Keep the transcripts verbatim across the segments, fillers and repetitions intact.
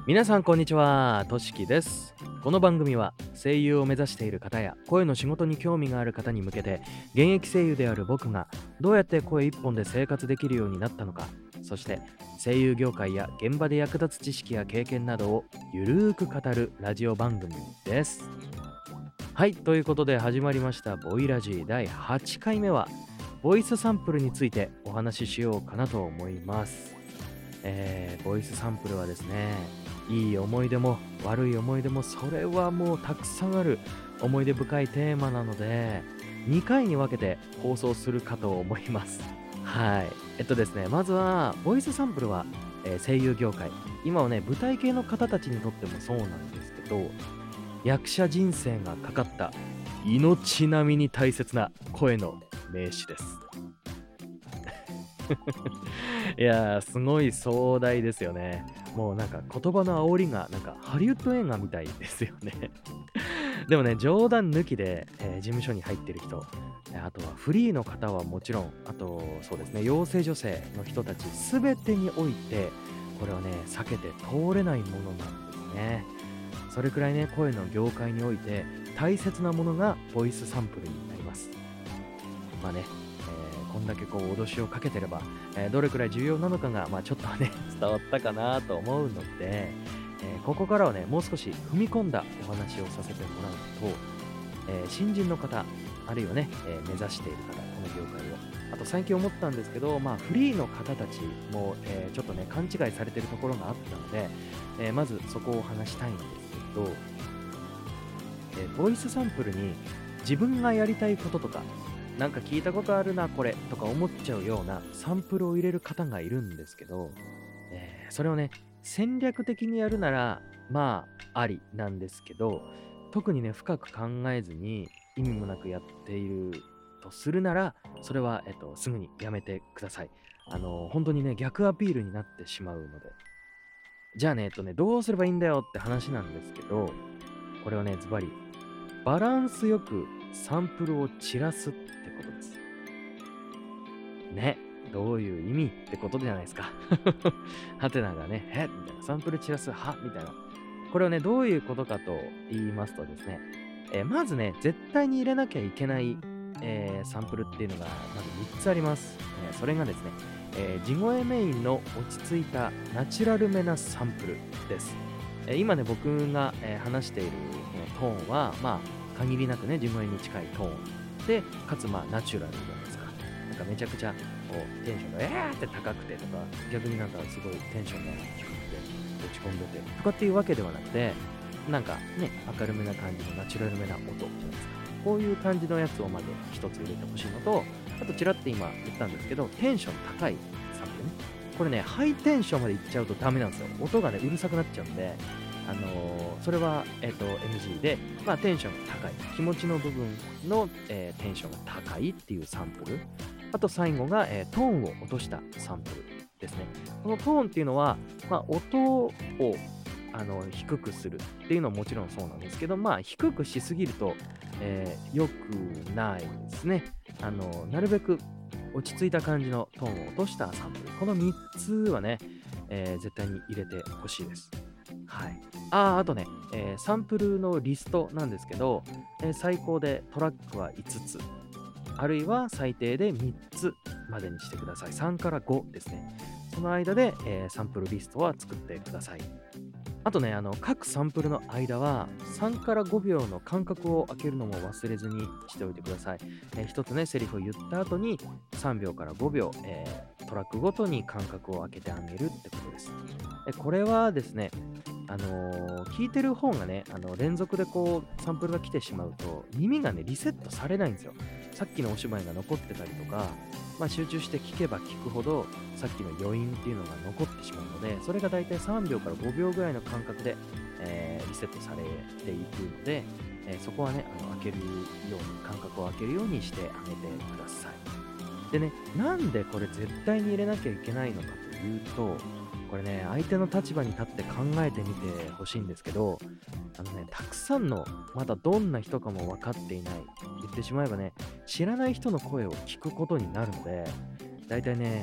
皆さんこんにちは、としきです。この番組は声優を目指している方や声の仕事に興味がある方に向けて、現役声優である僕がどうやって声一本で生活できるようになったのか、そして声優業界や現場で役立つ知識や経験などをゆるーく語るラジオ番組です。はい、ということで始まりましたボイラジだいはちかいめはボイスサンプルについてお話ししようかなと思います。えー、ボイスサンプルはですね、いい思い出も悪い思い出もそれはもうたくさんある思い出深いテーマなので、にかいに分けて放送するかと思います。はい。えっとですね、まずはボイスサンプルは、えー声優業界、今はね舞台系の方たちにとってもそうなんですけど、役者人生がかかった命並みに大切な声の名詞です。いやー、すごい壮大ですよね。もうなんか言葉の煽りがなんかハリウッド映画みたいですよね。でもね、冗談抜きで、えー事務所に入ってる人、えーあとはフリーの方はもちろん、あとそうですね、養成女性の人たちすべてにおいて、これはね、避けて通れないものなんですね。それくらいね、声の業界において大切なものがボイスサンプルになります。まあね、えーこんだけこう脅しをかけてれば、えーどれくらい重要なのかが、まあ、ちょっとはね伝わったかなと思うので、えーここからはねもう少し踏み込んだお話をさせてもらうと、えー新人の方あるいはね、えー目指している方、この業界を、あと最近思ったんですけど、まあ、フリーの方たちも、えーちょっとね勘違いされてるところがあったので、えーまずそこを話したいんですけど、えーボイスサンプルに自分がやりたいこととか、なんか聞いたことあるなこれとか思っちゃうようなサンプルを入れる方がいるんですけど、えーそれをね戦略的にやるならまあありなんですけど、特にね深く考えずに意味もなくやっているとするなら、それは、えっと、すぐにやめてください。あの本当にね逆アピールになってしまうので。じゃあね、えっとね、どうすればいいんだよって話なんですけど、これはね、ズバリ、バランスよくサンプルを散らすってことです。ね。どういう意味ってことじゃないですか。ハテナがね、えみたいな。サンプル散らす、はみたいな。これはね、どういうことかと言いますとですね、えーまずね、絶対に入れなきゃいけない、えーサンプルっていうのがまずみっつあります。えーそれがですね、えー地声メインの落ち着いたナチュラルめなサンプルです。えー今ね、僕が、えー話しているこのトーンは、まあ、限りなくね、地声に近いトーンで、かつまあ、ナチュラルじゃないですか。なんかめちゃくちゃこうテンションがえーって高くてとか、逆になんかすごいテンションが低くて落ち込んでてとかっていうわけではなくて、なんかね、明るめな感じのナチュラルめな音じゃないですか。こういう感じのやつをまず一つ入れてほしいのと、あとちらって今言ったんですけど、テンション高いサンプルね。これね、ハイテンションまでいっちゃうとダメなんですよ。音がね、うるさくなっちゃうんで、あのーそれは、えっと エヌジー で、まあ、テンションが高い、気持ちの部分の、えーテンションが高いっていうサンプル。あと最後が、えートーンを落としたサンプルですね。このトーンっていうのは、まあ、音をあの低くするっていうのはもちろんそうなんですけど、まあ低くしすぎると、えー良くないですね。あのなるべく落ち着いた感じのトーンを落としたサンプル。このみっつはね、えー絶対に入れてほしいです。はい。ああ、あとね、えーサンプルのリストなんですけど、えー最高でトラックはいつつ、あるいは最低でみっつまでにしてください。さんからごですね。その間で、えーサンプルリストは作ってください。あとね、あの各サンプルの間はさんからごびょうの間隔を空けるのも忘れずにしておいてください。えー一つね、セリフを言った後にさんびょうからごびょう、えートラックごとに間隔を空けてあげるってことです。えこれはですね、あのー聞いてる方がね、あの連続でこうサンプルが来てしまうと耳がねリセットされないんですよ。さっきのお芝居が残ってたりとか、まあ、集中して聞けば聞くほどさっきの余韻っていうのが残ってしまうので、それがだいたいさんびょうからごびょうぐらいの間隔で、えーリセットされていくので、えーそこはねあの開けるように間隔を開けるようにしてあげてください。でね、なんでこれ絶対に入れなきゃいけないのかというと、これね、相手の立場に立って考えてみてほしいんですけど、あのね、たくさんの、まだどんな人かも分かっていない、言ってしまえばね、知らない人の声を聞くことになるので、だいたいね、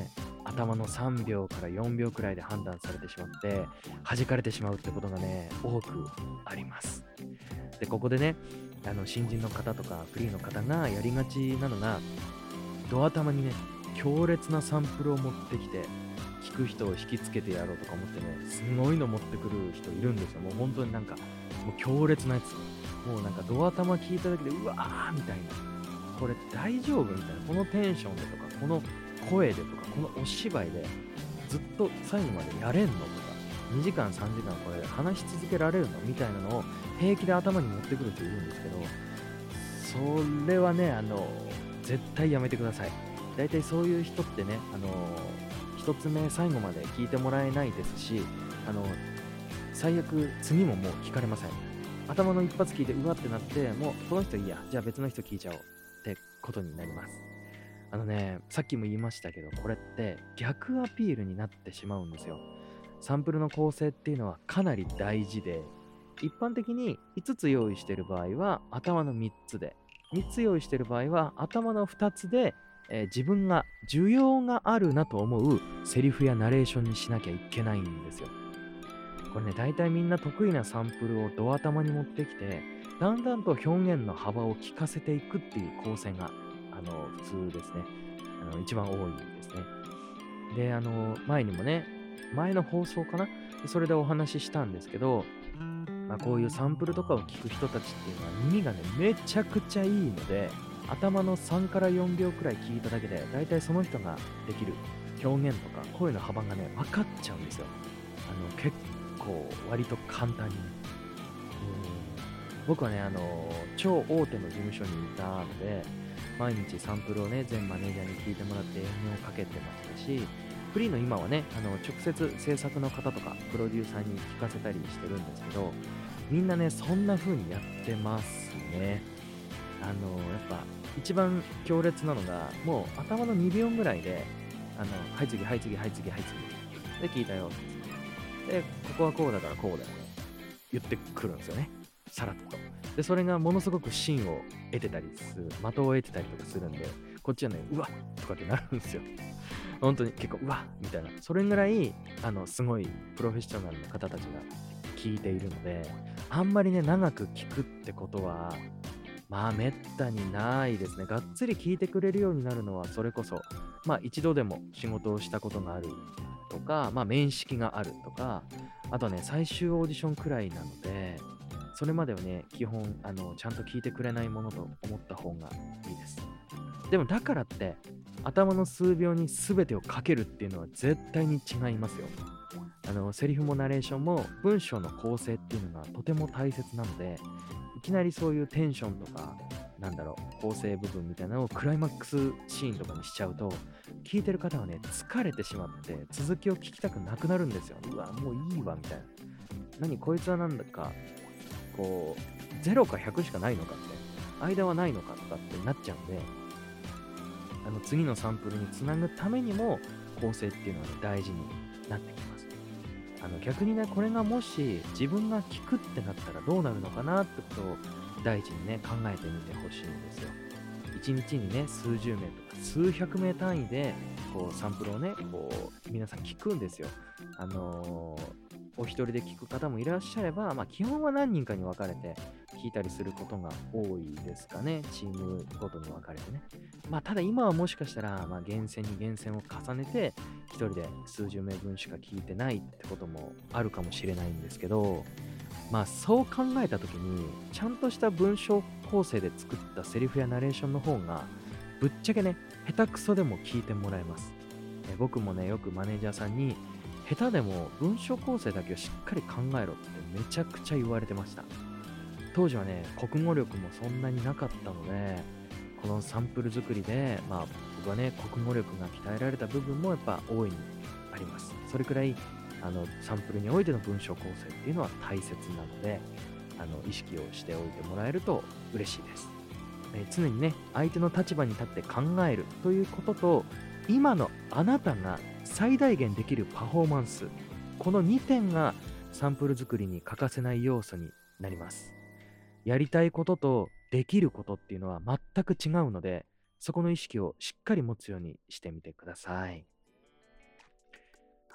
頭のさんびょうからよんびょうくらいで判断されてしまって弾かれてしまうってことがね多くあります。でここでねあの新人の方とかフリーの方がやりがちなのが、ド頭にね強烈なサンプルを持ってきて聞く人を引きつけてやろうとか思ってね、すごいの持ってくる人いるんですよ。もう本当になんかもう強烈なやつ、もうなんかド頭聞いただけでうわーみたいな、これ大丈夫みたいな、このテンションでとかこの声でとかこのお芝居でずっと最後までやれんのとか、にじかんさんじかんこれ話し続けられるのみたいなのを平気で頭に持ってくる人いるんですけど、それはねあの絶対やめてください。だいたいそういう人ってね、あの一つ目最後まで聞いてもらえないですし、あの最悪次ももう聞かれません。頭の一発聞いてうわってなって、もうこの人いいや、じゃあ別の人聞いちゃおうってことになります。あのね、さっきも言いましたけど、これって逆アピールになってしまうんですよ。サンプルの構成っていうのはかなり大事で、一般的にいつつ用意している場合は頭のみっつで、みっつ用意している場合は頭のふたつで、えー自分が需要があるなと思うセリフやナレーションにしなきゃいけないんですよ。これね、大体みんな得意なサンプルをド頭に持ってきて、だんだんと表現の幅を利かせていくっていう構成が、あの、普通ですね。あの、一番多いですね。で、あの、前にもね、前の放送かなでそれでお話ししたんですけど、まあ、こういうサンプルとかを聞く人たちっていうのは耳がね、めちゃくちゃいいので、頭のさんからよんびょうくらい聞いただけで、だいたいその人ができる表現とか声の幅がね、分かっちゃうんですよ。あの、結構割と簡単にね。うん僕はね、あの、超大手の事務所にいたので、毎日サンプルをね、全マネージャーに聞いてもらって営業をかけてましたし、フリーの今はね、あの、直接制作の方とかプロデューサーに聞かせたりしてるんですけど、みんなね、そんな風にやってますね。あの、やっぱ、一番強烈なのが、もう頭のにびょうぐらいで、あの、はい次、はい次、はい次、はい次。で、聞いたよ。で、ここはこうだからこうだよ。言ってくるんですよね。さらっと。で、それがものすごく芯を得てたりする、的を得てたりとかするんで、こっちはね、うわっとかってなるんですよ。本当に結構、うわっみたいな。それぐらい、あの、すごいプロフェッショナルの方たちが聞いているので、あんまりね、長く聞くってことは、まあ、めったにないですね。がっつり聞いてくれるようになるのは、それこそ、まあ、一度でも仕事をしたことがあるとか、まあ、面識があるとか、あとね、最終オーディションくらいなので、それまではね、基本、あの、ちゃんと聞いてくれないものと思った方がいいです。でも、だからって、頭の数秒に全てをかけるっていうのは絶対に違いますよ。あの、セリフもナレーションも文章の構成っていうのがとても大切なので、いきなりそういうテンションとか、なんだろう、構成部分みたいなのをクライマックスシーンとかにしちゃうと、聞いてる方はね、疲れてしまって、続きを聞きたくなくなるんですよ。うわ、もういいわ、みたいな。何、こいつはなんだか、こう、ゼロかひゃくしかないのかって、間はないのかとかってなっちゃうんで、あの、次のサンプルにつなぐためにも、構成っていうのは、ね、大事になってきます。あの逆にね、これがもし自分が聞くってなったらどうなるのかなってことを第一にね、考えてみてほしいんですよ。一日にね、数十名とか数百名単位で、こう、サンプルをね、こう、皆さん聞くんですよ。あのーお一人で聞く方もいらっしゃれば、まあ、基本は何人かに分かれて聞いたりすることが多いですかね。チームごとに分かれてね。まあ、ただ今はもしかしたら、まあ、厳選に厳選を重ねて、一人で数十名分しか聞いてないってこともあるかもしれないんですけど、まあ、そう考えたときに、ちゃんとした文章構成で作ったセリフやナレーションの方が、ぶっちゃけね、下手くそでも聞いてもらえます。え僕もね、よくマネージャーさんに、下手でも文章構成だけをしっかり考えろってめちゃくちゃ言われてました。当時はね、国語力もそんなになかったので、このサンプル作りで、まあ僕はね、国語力が鍛えられた部分もやっぱ大いにあります。それくらい、あの、サンプルにおいての文章構成っていうのは大切なので、あの、意識をしておいてもらえると嬉しいです。えー常にね、相手の立場に立って考えるということと、今のあなたが最大限できるパフォーマンス、このにてんがサンプル作りに欠かせない要素になります。やりたいこととできることっていうのは全く違うので、そこの意識をしっかり持つようにしてみてください。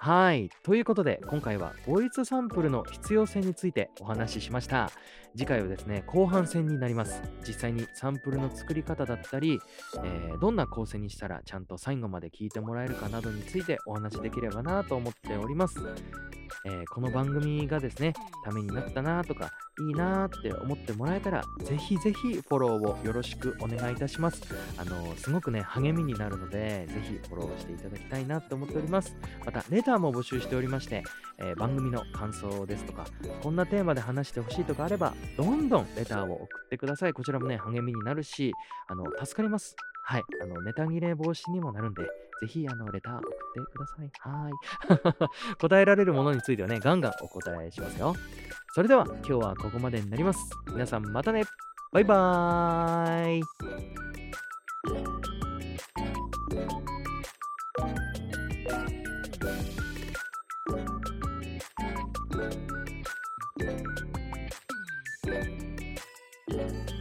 はい。ということで、今回はボイスサンプルの必要性についてお話ししました。次回はですね、後半戦になります。実際にサンプルの作り方だったり、えーどんな構成にしたらちゃんと最後まで聞いてもらえるかなどについてお話しできればなと思っております。えーこの番組がですね、ためになったなとか、いいなって思ってもらえたら、ぜひぜひフォローをよろしくお願いいたします。あのすごくね、励みになるので、ぜひフォローしていただきたいなと思っております。また、レターも募集しておりまして、えー番組の感想ですとか、こんなテーマで話してほしいとかあれば、どんどんレターを送ってください。こちらもね、励みになるし、あの、助かります。はい。あの、ネタ切れ防止にもなるんで、ぜひ、あの、レター送ってください。はーい。答えられるものについてはね、ガンガンお答えしますよ。それでは、今日はここまでになります。皆さん、またね。バイバーイ。